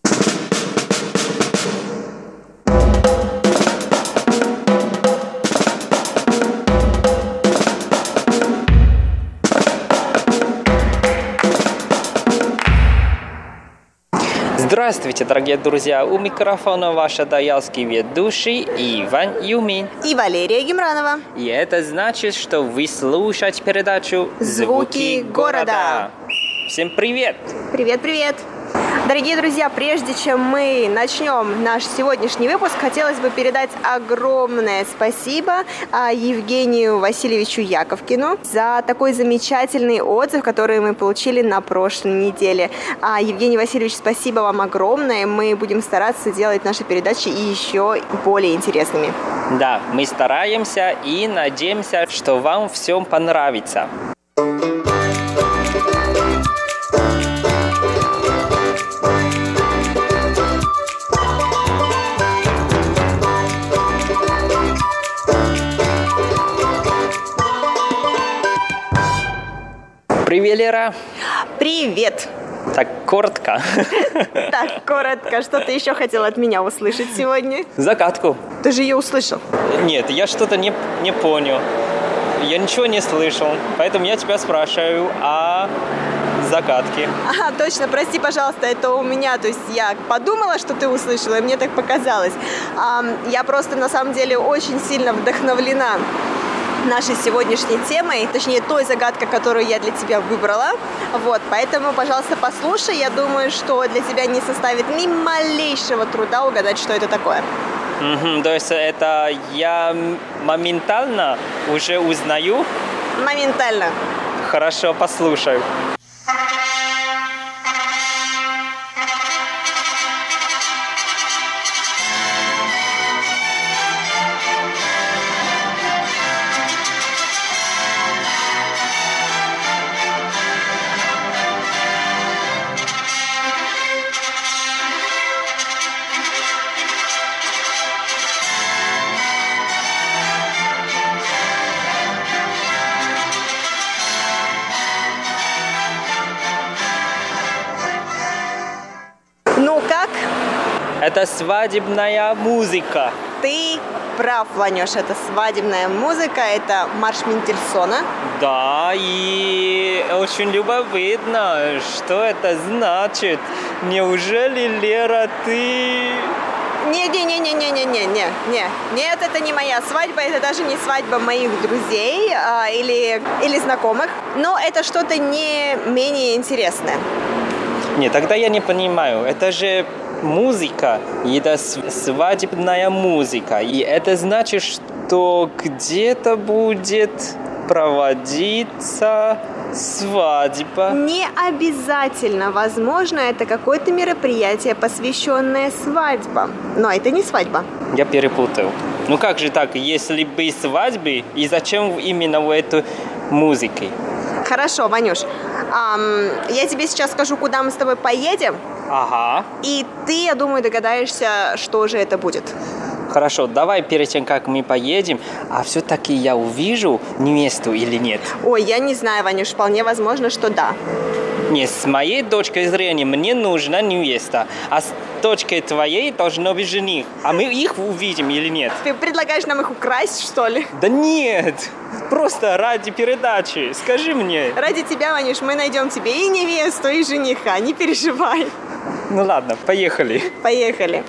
Здравствуйте, дорогие друзья! У микрофона ваш даялский ведущий Иван Юмин и Валерия Гемранова. И это значит, что вы слушаете передачу «Звуки города». Всем привет! Привет-привет! Дорогие друзья, прежде чем мы начнем наш сегодняшний выпуск, хотелось бы передать огромное спасибо Евгению Васильевичу Яковкину за такой замечательный отзыв, который мы получили на прошлой неделе. Евгений Васильевич, спасибо вам огромное. Мы будем стараться делать наши передачи еще более интересными. Да, мы стараемся и надеемся, что вам всем понравится. Привет, Лера. Привет. Так коротко. Так коротко. Что ты еще хотел от меня услышать сегодня? Загадку. Ты же ее услышал. Нет, я что-то не понял. Я ничего не слышал. Поэтому я тебя спрашиваю, а загадки. Ага, точно, прости, пожалуйста, это у меня, то есть я подумала, что ты услышала, и мне так показалось. Я просто на самом деле очень сильно вдохновлена нашей сегодняшней темой, точнее той загадкой, которую я для тебя выбрала. Вот, поэтому, пожалуйста, послушай. Я думаю, что для тебя не составит ни малейшего труда угадать, что это такое. То есть это я моментально уже узнаю? Моментально. Хорошо, послушаю. Ну как? Это свадебная музыка. Ты прав, Ванюш, это свадебная музыка, это марш Мендельсона. Да, и очень любопытно, что это значит. Неужели, Лера, ты... Нет, это не моя свадьба, это даже не свадьба моих друзей или знакомых, но это что-то не менее интересное. Нет, тогда я не понимаю. Это же музыка, и это свадебная музыка. И это значит, что где-то будет проводиться свадьба. Не обязательно. Возможно, это какое-то мероприятие, посвященное свадьбам. Но это не свадьба. Я перепутал. Ну как же так, если бы свадьбы, и зачем именно в эту музыку? Хорошо, Ванюш. Я тебе сейчас скажу, куда мы с тобой поедем. Ага. И ты, я думаю, догадаешься, что же это будет. Хорошо, давай перед тем, как мы поедем, а все-таки я увижу невесту или нет? Ой, я не знаю, Ванюш, вполне возможно, что да. Нет, с моей точки зрения мне нужна невеста, а с точки твоей должно быть жених. А мы их увидим или нет? Ты предлагаешь нам их украсть, что ли? Да нет, просто ради передачи, скажи мне. Ради тебя, Ванюш, мы найдем тебе и невесту, и жениха, не переживай. Ну ладно, поехали. Поехали.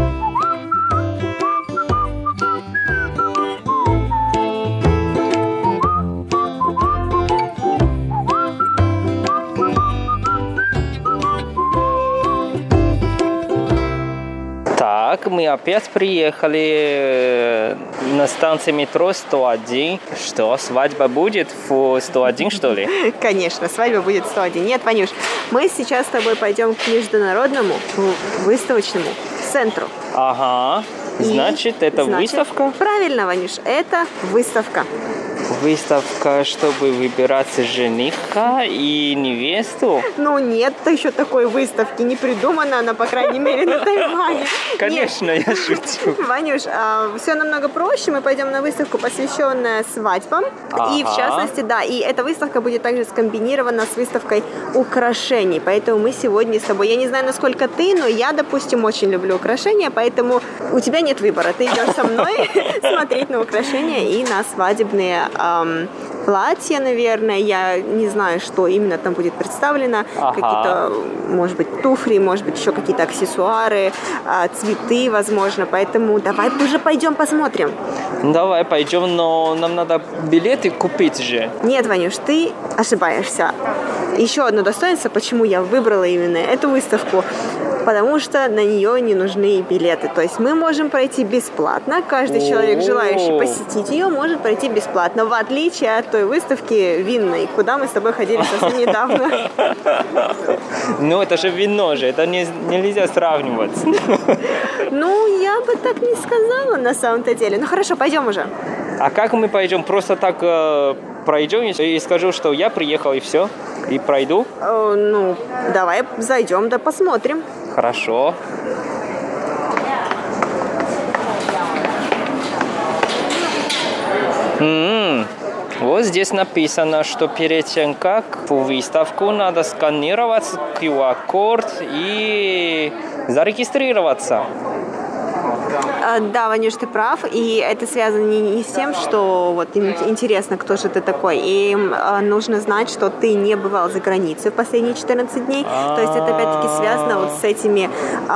Так, мы опять приехали на станцию метро 101. Что, свадьба будет в 101, что ли? Конечно, свадьба будет 101. Нет, Ванюш, мы сейчас с тобой пойдем к международному выставочному центру. Ага, значит, это выставка? Правильно, Ванюш, это выставка. Выставка, чтобы выбирать жениха и невесту? Ну, нет еще такой выставки, не придумана она, по крайней мере, на Тайване. Конечно, я шучу. Ванюш, все намного проще. Мы пойдем на выставку, посвященную свадьбам. Ага. И в частности, да, и эта выставка будет также скомбинирована с выставкой украшений. Поэтому мы сегодня с тобой, я не знаю, насколько ты, но я, допустим, очень люблю украшения, поэтому у тебя нет выбора. Ты идешь со мной смотреть на украшения и на свадебные платья, наверное. Я не знаю, что именно там будет представлено. Ага. Какие-то, может быть, туфли, может быть, еще какие-то аксессуары, цветы, возможно. Поэтому давай уже пойдем посмотрим. Давай пойдем, но нам надо билеты купить же. Нет, Ванюш, ты ошибаешься. Еще одно достоинство, почему я выбрала именно эту выставку. Потому что на нее не нужны билеты. То есть мы можем пройти бесплатно. Каждый человек, желающий посетить ее, может пройти бесплатно. В отличие от той выставки винной, куда мы с тобой ходили совсем недавно. Ну, это же вино же. Это нельзя сравнивать. Ну, я бы так не сказала на самом-то деле. Ну, хорошо, пойдем уже. А как мы пойдем? Просто так пройдем и скажу, что я приехал и все? И пройду? Ну, давай зайдем да посмотрим. Хорошо. Вот здесь написано, что перед тем, как в выставку, надо сканировать QR-код и зарегистрироваться. Да, Ванюш, ты прав, и это связано не с тем, что вот им интересно, кто же ты такой, им нужно знать, что ты не бывал за границей в последние 14 дней, то есть это опять-таки связано вот с этими...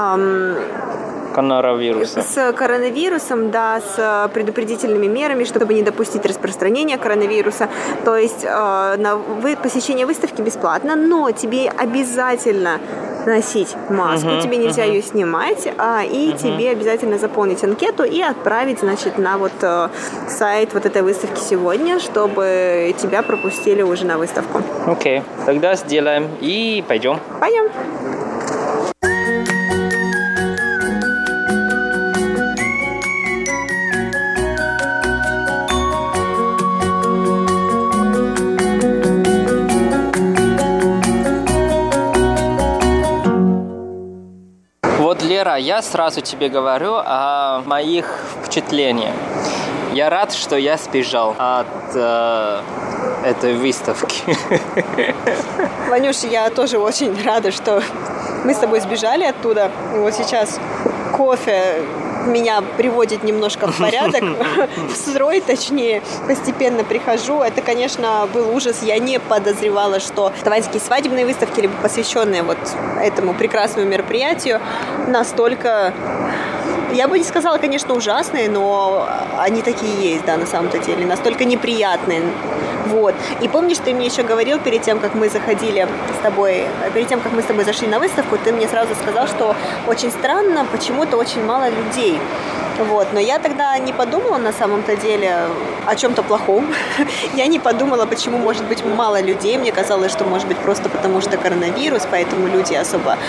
С коронавирусом, да, с предупредительными мерами, чтобы не допустить распространения коронавируса. То есть посещение выставки бесплатно, но тебе обязательно носить маску, тебе нельзя ее снимать, и тебе обязательно заполнить анкету и отправить, значит, на вот сайт вот этой выставки сегодня, чтобы тебя пропустили уже на выставку. Окей, тогда сделаем и пойдем. Пойдем. Лера, я сразу тебе говорю о моих впечатлениях. Я рад, что я сбежал от этой выставки. Ванюш, я тоже очень рада, что мы с тобой сбежали оттуда. И вот сейчас кофе меня приводит немножко в порядок, в строй, точнее, постепенно прихожу. Это, конечно, был ужас. Я не подозревала, что такие свадебные выставки, либо посвященные вот этому прекрасному мероприятию, настолько... Я бы не сказала, конечно, ужасные, но они такие есть, да, на самом-то деле, настолько неприятные. Вот. И помнишь, ты мне еще говорил перед тем, как мы заходили с тобой, перед тем, как мы с тобой зашли на выставку, ты мне сразу сказал, что очень странно, почему-то очень мало людей. Вот. Но я тогда не подумала на самом-то деле о чем-то плохом. Я не подумала, почему может быть мало людей. Мне казалось, что может быть просто потому, что коронавирус, поэтому люди особо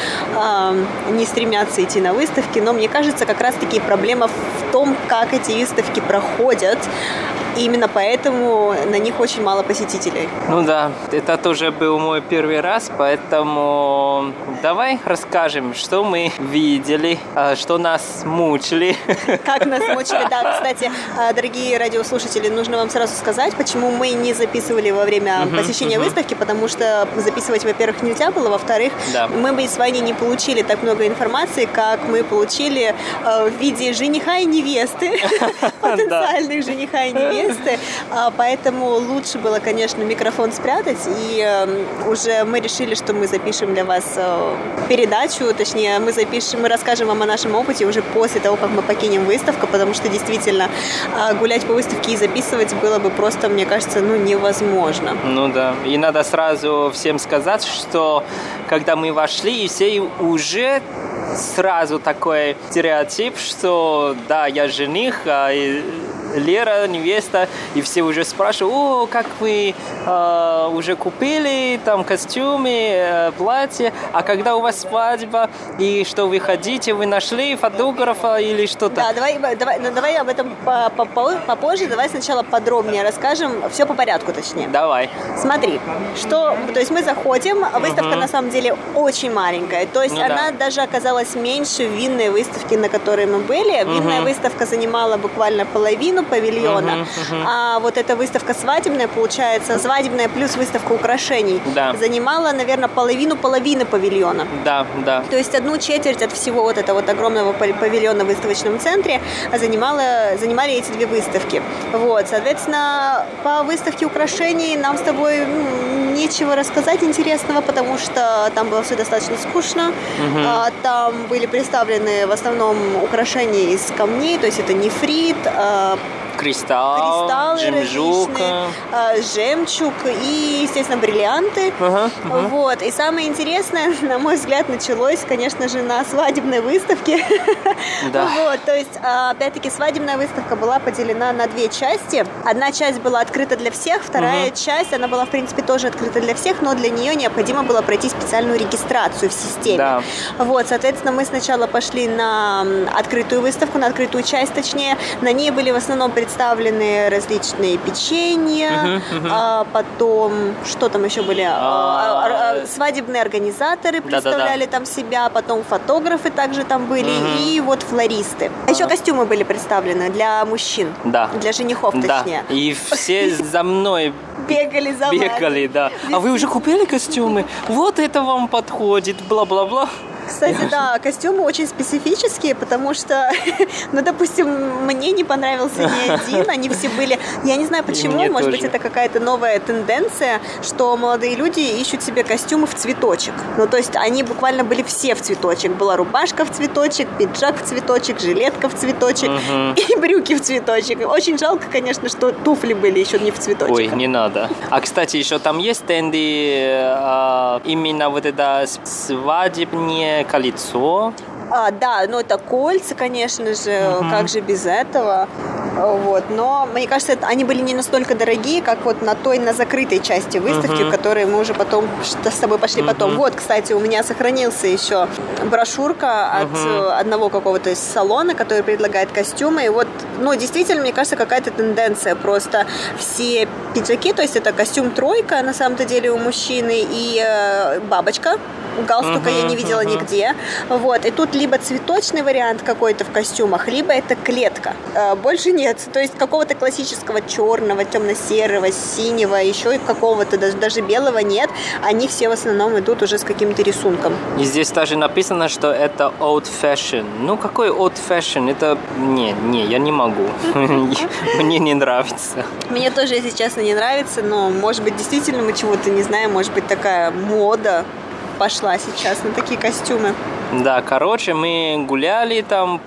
не стремятся идти на выставки. Но мне кажется, как раз-таки проблема в том, как эти выставки проходят. И именно поэтому на них очень мало посетителей. Ну да, это тоже был мой первый раз, поэтому давай расскажем, что мы видели, что нас мучили. Как нас мучили, да. Кстати, дорогие радиослушатели, нужно вам сразу сказать, почему мы не записывали во время посещения выставки, потому что записывать, во-первых, нельзя было, во-вторых, мы бы с Ваней не получили так много информации, как мы получили в виде жениха и невесты, потенциальных жениха и невесты. Поэтому лучше было, конечно, микрофон спрятать, и уже мы решили, что мы запишем для вас передачу, точнее, мы расскажем вам о нашем опыте уже после того, как мы покинем выставку, потому что действительно гулять по выставке и записывать было бы просто, мне кажется, невозможно. Ну да, и надо сразу всем сказать, что когда мы вошли, и все уже сразу такой стереотип, что да, я жених, Лера, невеста, и все уже спрашивают, как вы уже купили там костюмы, платье, а когда у вас свадьба, и что вы хотите, вы нашли фотографа или что-то? Да, давай об этом попозже, давай сначала подробнее расскажем, все по порядку, точнее. Давай. Смотри, то есть мы заходим, выставка на самом деле очень маленькая, то есть она даже оказалась меньше винной выставки, на которой мы были. Винная выставка занимала буквально половину павильона, а вот эта выставка свадебная, получается, свадебная плюс выставка украшений, занимала, наверное, половины павильона. Да. То есть 1/4 от всего вот этого вот огромного павильона в выставочном центре занимали эти две выставки. Вот, соответственно, по выставке украшений нам с тобой нечего рассказать интересного, потому что там было все достаточно скучно. Там были представлены в основном украшения из камней, то есть это нефрит, кристаллы, жемчуг, жемчуг и, естественно, бриллианты. Вот. И самое интересное, на мой взгляд, началось, конечно же, на свадебной выставке. Вот. То есть, опять-таки, свадебная выставка была поделена на две части. Одна часть была открыта для всех, вторая часть, она была, в принципе, тоже открыта для всех, но для нее необходимо было пройти специальную регистрацию в системе. Вот. Соответственно, мы сначала пошли на открытую выставку, на открытую часть, точнее. На ней были в основном представлены различные печенья, потом, что там еще были, свадебные организаторы представляли там себя, потом фотографы также там были, и вот флористы. А еще костюмы были представлены для мужчин, для женихов, точнее. И все за мной бегали, да. А вы уже купили костюмы? Вот это вам подходит, бла-бла-бла. Кстати, да, костюмы очень специфические, потому что, ну, допустим, мне не понравился ни один, они все были... Я не знаю почему, может быть, это какая-то новая тенденция, что молодые люди ищут себе костюмы в цветочек. Ну, то есть они буквально были все в цветочек. Была рубашка в цветочек, пиджак в цветочек, жилетка в цветочек и брюки в цветочек. Очень жалко, конечно, что туфли были еще не в цветочек. Ой, не надо. А, кстати, еще там есть стенды именно вот это свадебное кольцо. Да, но это кольца, конечно же, как же без этого. Вот. Но, мне кажется, они были не настолько дорогие, как вот на закрытой части выставки, в которой мы уже потом с тобой пошли потом. Вот, кстати, у меня сохранился еще брошюрка от одного какого-то салона, который предлагает костюмы. И вот, ну, действительно, мне кажется, какая-то тенденция. Просто все пиджаки, то есть это костюм тройка, на самом-то деле, у мужчины, и бабочка. Галстука я не видела нигде. Вот. И тут либо цветочный вариант какой-то в костюмах, либо это клетка. Больше нет. То есть какого-то классического черного, темно-серого, синего, еще и какого-то даже белого нет. Они все в основном идут уже с каким-то рисунком. И здесь даже написано, что это old fashion. Ну, какой old fashion? Это... Не, я не могу. Мне не нравится. Мне тоже, если честно, не нравится, но, может быть, действительно мы чего-то не знаем. Может быть, такая мода пошла сейчас на такие костюмы. Да, короче, мы гуляли там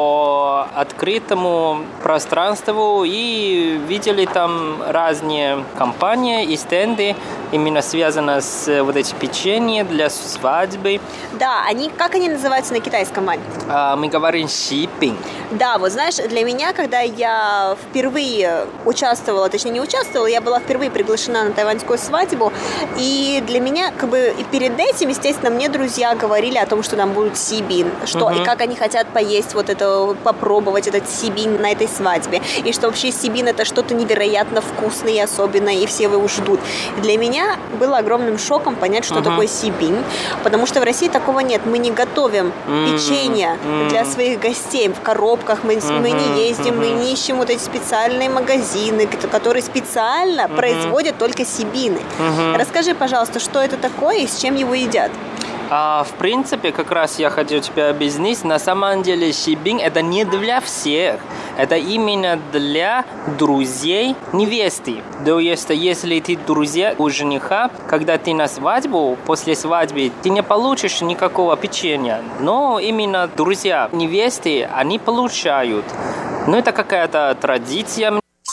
по открытому пространству и видели там разные компании и стенды, именно связано с вот эти печенье для свадьбы. Да, как они называются на китайском, Вань? Мы говорим «сипинг». Да, вот знаешь, для меня, когда я впервые участвовала, точнее не участвовала, я была впервые приглашена на тайваньскую свадьбу, и для меня, как бы, и перед этим, естественно, мне друзья говорили о том, что там будет сибин, что и как они хотят поесть вот это, попробовать этот сибин на этой свадьбе, и что вообще сибин это что-то невероятно вкусное и особенное, и все его ждут. Для меня было огромным шоком понять, что такое сибин, потому что в России такого нет. Мы не готовим печенье для своих гостей в коробках, мы не ездим, мы не ищем вот эти специальные магазины, которые специально производят только сибины. Расскажи, пожалуйста, что это такое и с чем его едят? В принципе, как раз я хотел тебе объяснить, на самом деле сибин это не для всех, это именно для друзей невесты. То есть, если ты друзья у жениха, когда ты на свадьбу, после свадьбы, ты не получишь никакого печенья, но именно друзья невесты, они получают. Ну, это какая-то традиция.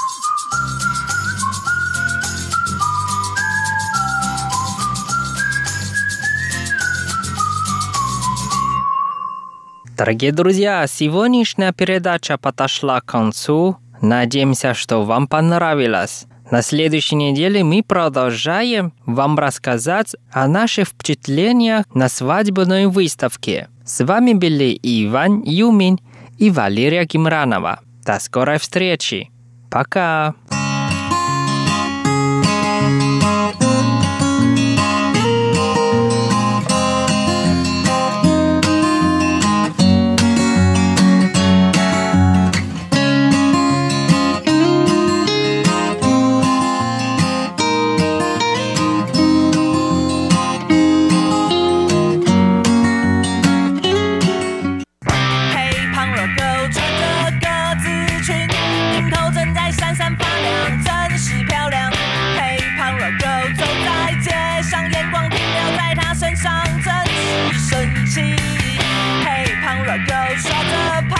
Дорогие друзья, сегодняшняя передача подошла к концу. Надеемся, что вам понравилось. На следующей неделе мы продолжаем вам рассказать о наших впечатлениях на свадебной выставке. С вами были Иван Юмин и Валерия Гимранова. До скорой встречи. Пока!身上真是神奇，嘿，胖热狗耍着。